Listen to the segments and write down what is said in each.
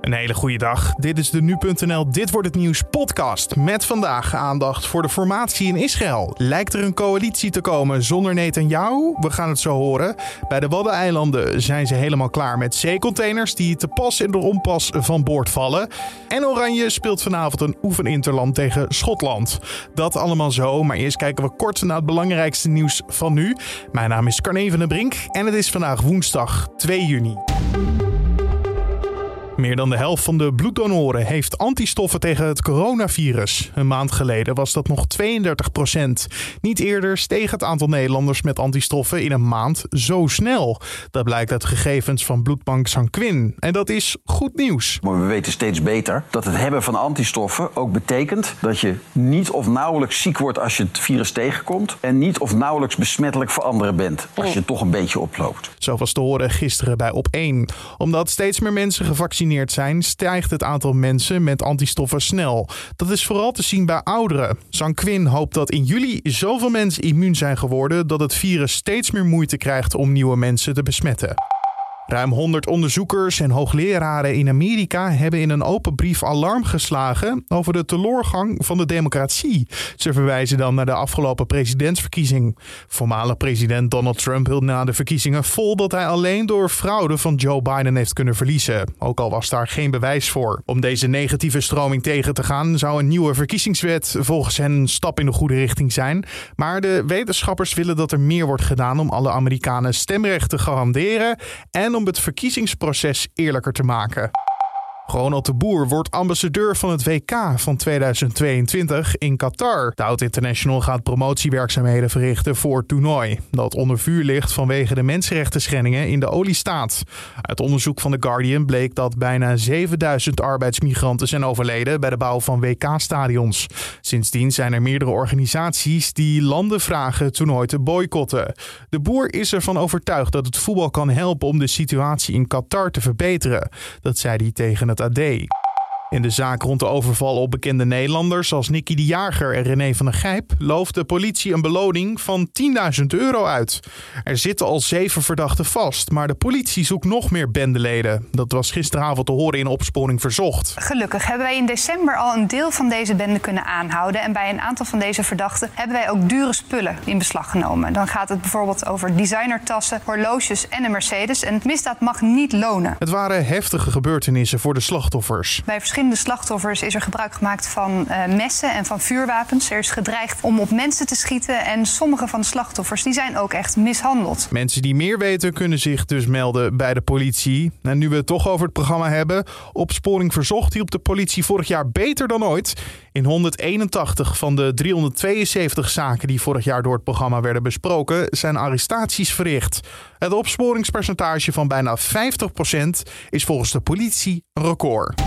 Een hele goede dag. Dit is de Nu.nl Dit Wordt Het Nieuws podcast. Met vandaag aandacht voor de formatie in Israël. Lijkt er een coalitie te komen zonder Netanyahu? We gaan het zo horen. Bij de Waddeneilanden zijn ze helemaal klaar met zeecontainers die te pas en door onpas van boord vallen. En Oranje speelt vanavond een oefeninterland tegen Schotland. Dat allemaal zo, maar eerst kijken we kort naar het belangrijkste nieuws van nu. Mijn naam is Carne van den Brink en het is vandaag woensdag 2 juni. Meer dan de helft van de bloeddonoren heeft antistoffen tegen het coronavirus. Een maand geleden was dat nog 32%. Niet eerder steeg het aantal Nederlanders met antistoffen in een maand zo snel. Dat blijkt uit gegevens van bloedbank Sanquin. En dat is goed nieuws. Maar we weten steeds beter dat het hebben van antistoffen ook betekent dat je niet of nauwelijks ziek wordt als je het virus tegenkomt. En niet of nauwelijks besmettelijk voor anderen bent als je het toch een beetje oploopt. Zo was te horen gisteren bij Op1. Omdat steeds meer mensen gevaccineerd zijn, stijgt het aantal mensen met antistoffen snel. Dat is vooral te zien bij ouderen. Sanquin hoopt dat in juli zoveel mensen immuun zijn geworden dat het virus steeds meer moeite krijgt om nieuwe mensen te besmetten. Ruim 100 onderzoekers en hoogleraren in Amerika hebben in een open brief alarm geslagen over de teloorgang van de democratie. Ze verwijzen dan naar de afgelopen presidentsverkiezing. Voormalig president Donald Trump hield na de verkiezingen vol dat hij alleen door fraude van Joe Biden heeft kunnen verliezen. Ook al was daar geen bewijs voor. Om deze negatieve stroming tegen te gaan zou een nieuwe verkiezingswet volgens hen een stap in de goede richting zijn. Maar de wetenschappers willen dat er meer wordt gedaan om alle Amerikanen stemrecht te garanderen en om het verkiezingsproces eerlijker te maken. Ronald de Boer wordt ambassadeur van het WK van 2022 in Qatar. De oud-international gaat promotiewerkzaamheden verrichten voor het toernooi, dat onder vuur ligt vanwege de mensenrechtenschendingen in de oliestaat. Uit onderzoek van The Guardian bleek dat bijna 7000 arbeidsmigranten zijn overleden bij de bouw van WK-stadions. Sindsdien zijn er meerdere organisaties die landen vragen het toernooi te boycotten. De Boer is ervan overtuigd dat het voetbal kan helpen om de situatie in Qatar te verbeteren. Dat zei hij tegen het AD. In de zaak rond de overval op bekende Nederlanders zoals Nicky de Jager en René van der Gijp looft de politie een beloning van €10.000 uit. Er zitten al 7 verdachten vast, maar de politie zoekt nog meer bendeleden. Dat was gisteravond te horen in Opsporing Verzocht. Gelukkig hebben wij in december al een deel van deze bende kunnen aanhouden. En bij een aantal van deze verdachten hebben wij ook dure spullen in beslag genomen. Dan gaat het bijvoorbeeld over designertassen, horloges en een Mercedes. En misdaad mag niet lonen. Het waren heftige gebeurtenissen voor de slachtoffers. Bij verschillende slachtoffers is er gebruik gemaakt van messen en van vuurwapens. Er is gedreigd om op mensen te schieten en sommige van de slachtoffers die zijn ook echt mishandeld. Mensen die meer weten kunnen zich dus melden bij de politie. En nu we het toch over het programma hebben, Opsporing Verzocht hielp de politie vorig jaar beter dan ooit. In 181 van de 372 zaken die vorig jaar door het programma werden besproken, zijn arrestaties verricht. Het opsporingspercentage van bijna 50% is volgens de politie een record.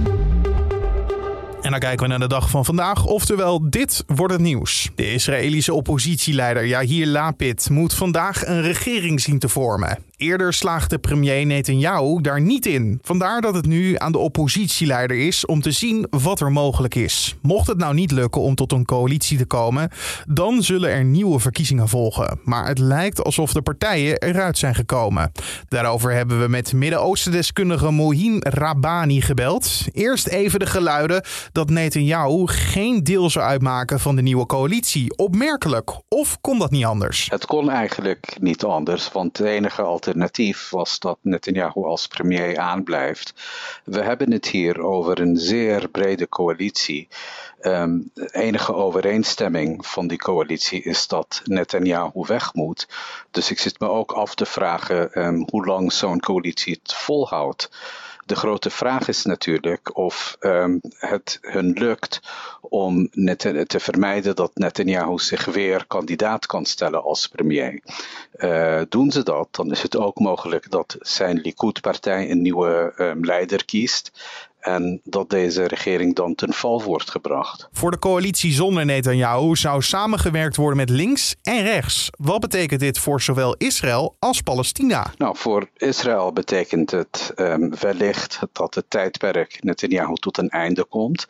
En dan kijken we naar de dag van vandaag, oftewel dit wordt het nieuws. De Israëlische oppositieleider Yair Lapid moet vandaag een regering zien te vormen. Eerder slaagde premier Netanyahu daar niet in. Vandaar dat het nu aan de oppositieleider is om te zien wat er mogelijk is. Mocht het nou niet lukken om tot een coalitie te komen, dan zullen er nieuwe verkiezingen volgen. Maar het lijkt alsof de partijen eruit zijn gekomen. Daarover hebben we met Midden-Oosten-deskundige Mohin Rabbani gebeld. Eerst even de geluiden dat Netanyahu geen deel zou uitmaken van de nieuwe coalitie. Opmerkelijk. Of kon dat niet anders? Het kon eigenlijk niet anders, want het enige alternatief was dat Netanyahu als premier aanblijft. We hebben het hier over een zeer brede coalitie. De enige overeenstemming van die coalitie is dat Netanyahu weg moet. Dus ik zit me ook af te vragen hoe lang zo'n coalitie het volhoudt. De grote vraag is natuurlijk of het hun lukt om te vermijden dat Netanyahu zich weer kandidaat kan stellen als premier. Doen ze dat, dan is het ook mogelijk dat zijn Likud-partij een nieuwe leider kiest. En dat deze regering dan ten val wordt gebracht. Voor de coalitie zonder Netanyahu zou samengewerkt worden met links en rechts. Wat betekent dit voor zowel Israël als Palestina? Nou, voor Israël betekent het wellicht dat het tijdperk Netanyahu tot een einde komt.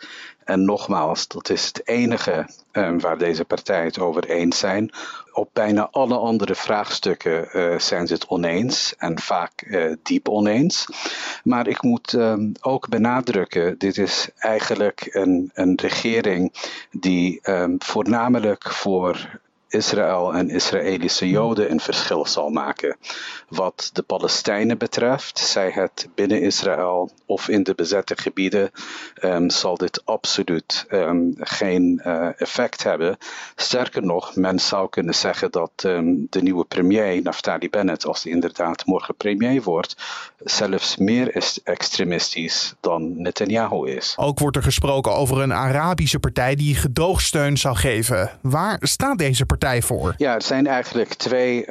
En nogmaals, dat is het enige waar deze partijen het over eens zijn. Op bijna alle andere vraagstukken zijn ze het oneens en vaak diep oneens. Maar ik moet ook benadrukken, dit is eigenlijk een regering die voornamelijk voor Israël en Israëlische Joden een verschil zal maken. Wat de Palestijnen betreft, zij het binnen Israël of in de bezette gebieden, zal dit absoluut geen effect hebben. Sterker nog, men zou kunnen zeggen dat de nieuwe premier, Naftali Bennett, als hij inderdaad morgen premier wordt, zelfs meer extremistisch dan Netanyahu is. Ook wordt er gesproken over een Arabische partij die gedoogsteun zou geven. Waar staat deze partij voor? Ja, er zijn eigenlijk twee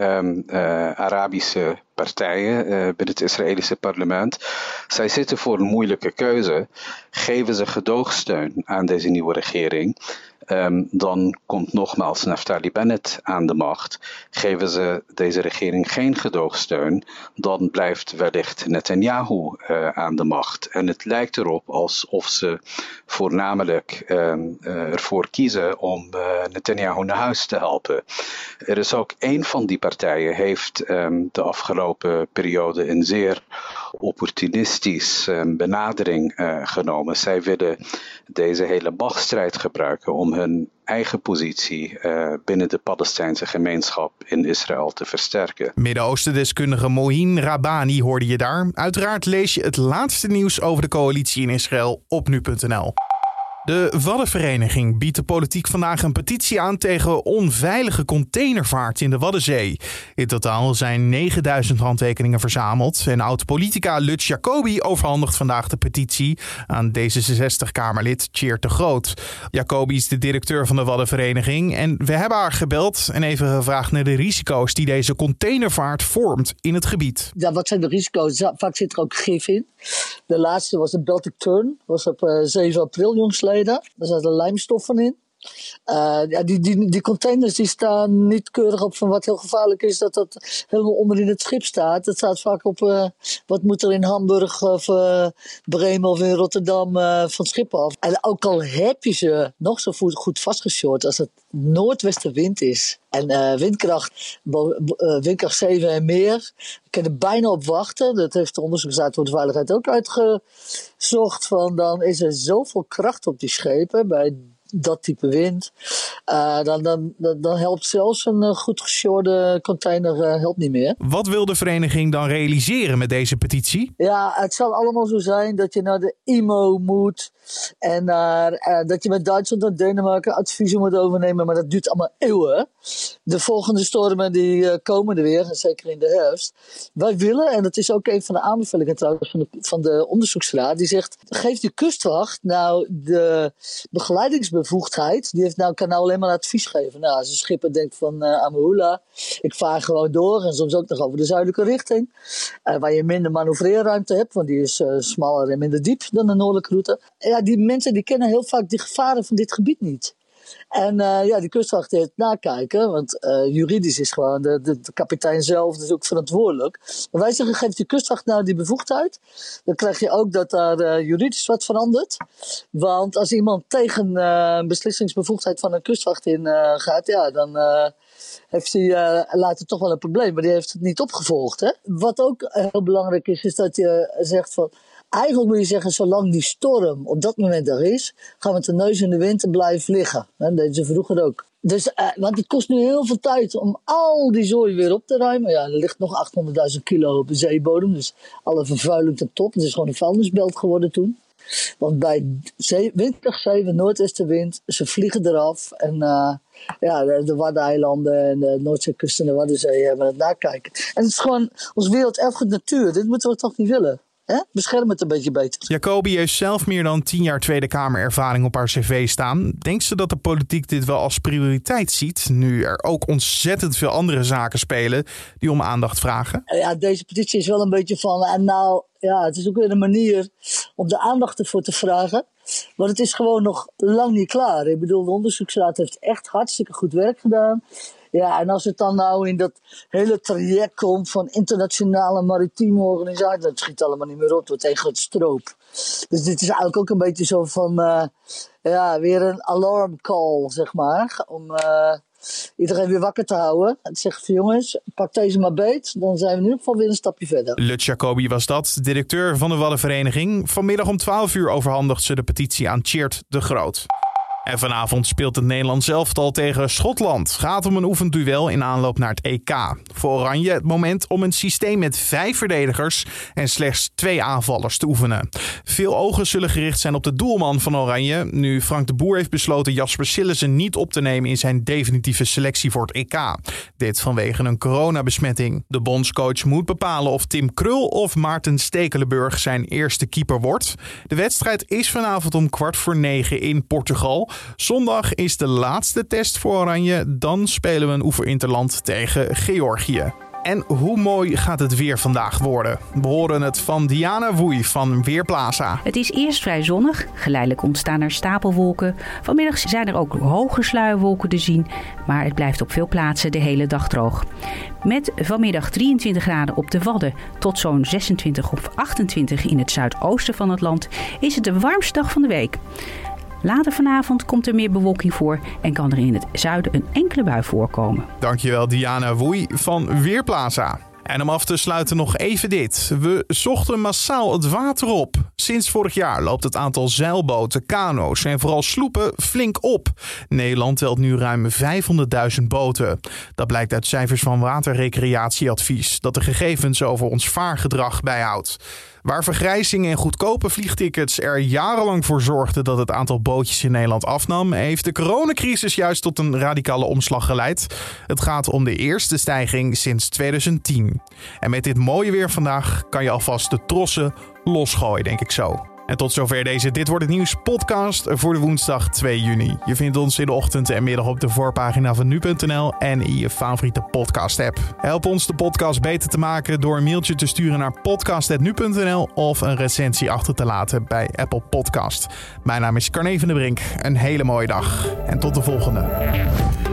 Arabische partijen binnen het Israëlische parlement. Zij zitten voor een moeilijke keuze. Geven ze gedoogsteun aan deze nieuwe regering? Dan komt nogmaals Naftali Bennett aan de macht. Geven ze deze regering geen gedoogsteun, dan blijft wellicht Netanyahu aan de macht. En het lijkt erop alsof ze voornamelijk ervoor kiezen om Netanyahu naar huis te helpen. Er is ook één van die partijen heeft de afgelopen periode een zeer opportunistisch benadering genomen. Zij willen deze hele machtsstrijd gebruiken om hun eigen positie binnen de Palestijnse gemeenschap in Israël te versterken. Midden-Oosten-deskundige Mohin Rabbani hoorde je daar. Uiteraard lees je het laatste nieuws over de coalitie in Israël op nu.nl. De Waddenvereniging biedt de politiek vandaag een petitie aan tegen onveilige containervaart in de Waddenzee. In totaal zijn 9000 handtekeningen verzameld en oud-politica Lutz Jacobi overhandigt vandaag de petitie aan D66-Kamerlid Tjeerd de Groot. Jacobi is de directeur van de Waddenvereniging en we hebben haar gebeld en even gevraagd naar de risico's die deze containervaart vormt in het gebied. Ja, wat zijn de risico's? Vaak zit er ook gif in. De laatste was de Baltic Turn, was op 7 april jongstleden. Daar zaten lijmstoffen in. Die containers die staan niet keurig op van wat heel gevaarlijk is, dat helemaal onderin het schip staat. Dat staat vaak op wat moet er in Hamburg of Bremen of in Rotterdam van het schip af. En ook al heb je ze nog zo goed vastgesjord, als het noordwestenwind is en windkracht 7 en meer, kan je er bijna op wachten. Dat heeft de onderzoeksraad voor de veiligheid ook uitgezocht. Dan is er zoveel kracht op die schepen bij dat type wind, dan helpt zelfs een goed gesjorde container helpt niet meer. Wat wil de vereniging dan realiseren met deze petitie? Ja, het zal allemaal zo zijn dat je naar de IMO moet en dat je met Duitsland en Denemarken adviezen moet overnemen, maar dat duurt allemaal eeuwen. De volgende stormen die komen er weer, zeker in de herfst. Wij willen, en dat is ook een van de aanbevelingen trouwens van de onderzoeksraad, die zegt, geef de kustwacht nou de begeleidingsbevoegdheid. Die kan nou alleen maar advies geven. Nou, als een schipper denkt van Amahula, ik vaar gewoon door en soms ook nog over de zuidelijke richting. Waar je minder manoeuvreerruimte hebt, want die is smaller en minder diep dan de noordelijke route. Ja, die mensen die kennen heel vaak die gevaren van dit gebied niet. En die kustwacht heeft nakijken, want juridisch is gewoon de kapitein zelf dus ook verantwoordelijk. Maar wij zeggen, geef de kustwacht nou die bevoegdheid. Dan krijg je ook dat daar juridisch wat verandert. Want als iemand tegen beslissingsbevoegdheid van een kustwacht in gaat, ja, dan heeft hij later toch wel een probleem. Maar die heeft het niet opgevolgd. Hè? Wat ook heel belangrijk is dat je zegt van, eigenlijk moet je zeggen, zolang die storm op dat moment er is, gaan we met de neus in de wind en blijven liggen. Dat deden ze vroeger ook. Dus, want het kost nu heel veel tijd om al die zooi weer op te ruimen. Ja, er ligt nog 800.000 kilo op de zeebodem. Dus alle vervuiling ten top. Het is gewoon een vuilnisbelt geworden toen. Want bij windkracht 7, noordwestenwind, ze vliegen eraf. En de Waddeneilanden en de Noordzeekust en de Waddenzee hebben het nakijken. En het is gewoon ons werelderfgoed natuur. Dit moeten we toch niet willen. Bescherm het een beetje beter. Jacobi heeft zelf meer dan 10 jaar Tweede Kamerervaring op haar cv staan. Denkt ze dat de politiek dit wel als prioriteit ziet, nu er ook ontzettend veel andere zaken spelen die om aandacht vragen? Ja, deze petitie is wel een beetje van, het is ook weer een manier om de aandacht ervoor te vragen. Maar het is gewoon nog lang niet klaar. Ik bedoel, de onderzoeksraad heeft echt hartstikke goed werk gedaan. Ja, en als het dan nou in dat hele traject komt van internationale maritieme organisaties, dat schiet allemaal niet meer op, het wordt één grote stroop. Dus dit is eigenlijk ook een beetje zo van, weer een alarmcall, zeg maar. Om iedereen weer wakker te houden. En te zeggen van jongens, pak deze maar beet. Dan zijn we in ieder geval weer een stapje verder. Lut Jacobi was dat, directeur van de Waddenvereniging. Vanmiddag om 12 uur overhandigt ze de petitie aan Tjeerd de Groot. En vanavond speelt het Nederlands elftal tegen Schotland. Gaat om een oefenduel in aanloop naar het EK. Voor Oranje het moment om een systeem met 5 verdedigers en slechts 2 aanvallers te oefenen. Veel ogen zullen gericht zijn op de doelman van Oranje. Nu Frank de Boer heeft besloten Jasper Cillessen niet op te nemen in zijn definitieve selectie voor het EK. Dit vanwege een coronabesmetting. De bondscoach moet bepalen of Tim Krul of Maarten Stekelenburg zijn eerste keeper wordt. De wedstrijd is vanavond om 9:15 in Portugal. Zondag is de laatste test voor Oranje. Dan spelen we een oefeninterland tegen Georgië. En hoe mooi gaat het weer vandaag worden? We horen het van Diana Woei van Weerplaza. Het is eerst vrij zonnig. Geleidelijk ontstaan er stapelwolken. Vanmiddag zijn er ook hoge sluierwolken te zien. Maar het blijft op veel plaatsen de hele dag droog. Met vanmiddag 23 graden op de Wadden tot zo'n 26 of 28 in het zuidoosten van het land is het de warmste dag van de week. Later vanavond komt er meer bewolking voor en kan er in het zuiden een enkele bui voorkomen. Dankjewel Diana Woei van Weerplaza. En om af te sluiten nog even dit. We zochten massaal het water op. Sinds vorig jaar loopt het aantal zeilboten, kano's en vooral sloepen flink op. Nederland telt nu ruim 500.000 boten. Dat blijkt uit cijfers van Waterrecreatieadvies, dat de gegevens over ons vaargedrag bijhoudt. Waar vergrijzing en goedkope vliegtickets er jarenlang voor zorgden dat het aantal bootjes in Nederland afnam, heeft de coronacrisis juist tot een radicale omslag geleid. Het gaat om de eerste stijging sinds 2010. En met dit mooie weer vandaag kan je alvast de trossen losgooien, denk ik zo. En tot zover deze Dit Wordt Het Nieuws podcast voor de woensdag 2 juni. Je vindt ons in de ochtend en middag op de voorpagina van nu.nl en in je favoriete podcast app. Help ons de podcast beter te maken door een mailtje te sturen naar podcast@nu.nl of een recensie achter te laten bij Apple Podcast. Mijn naam is Carne van der Brink. Een hele mooie dag en tot de volgende.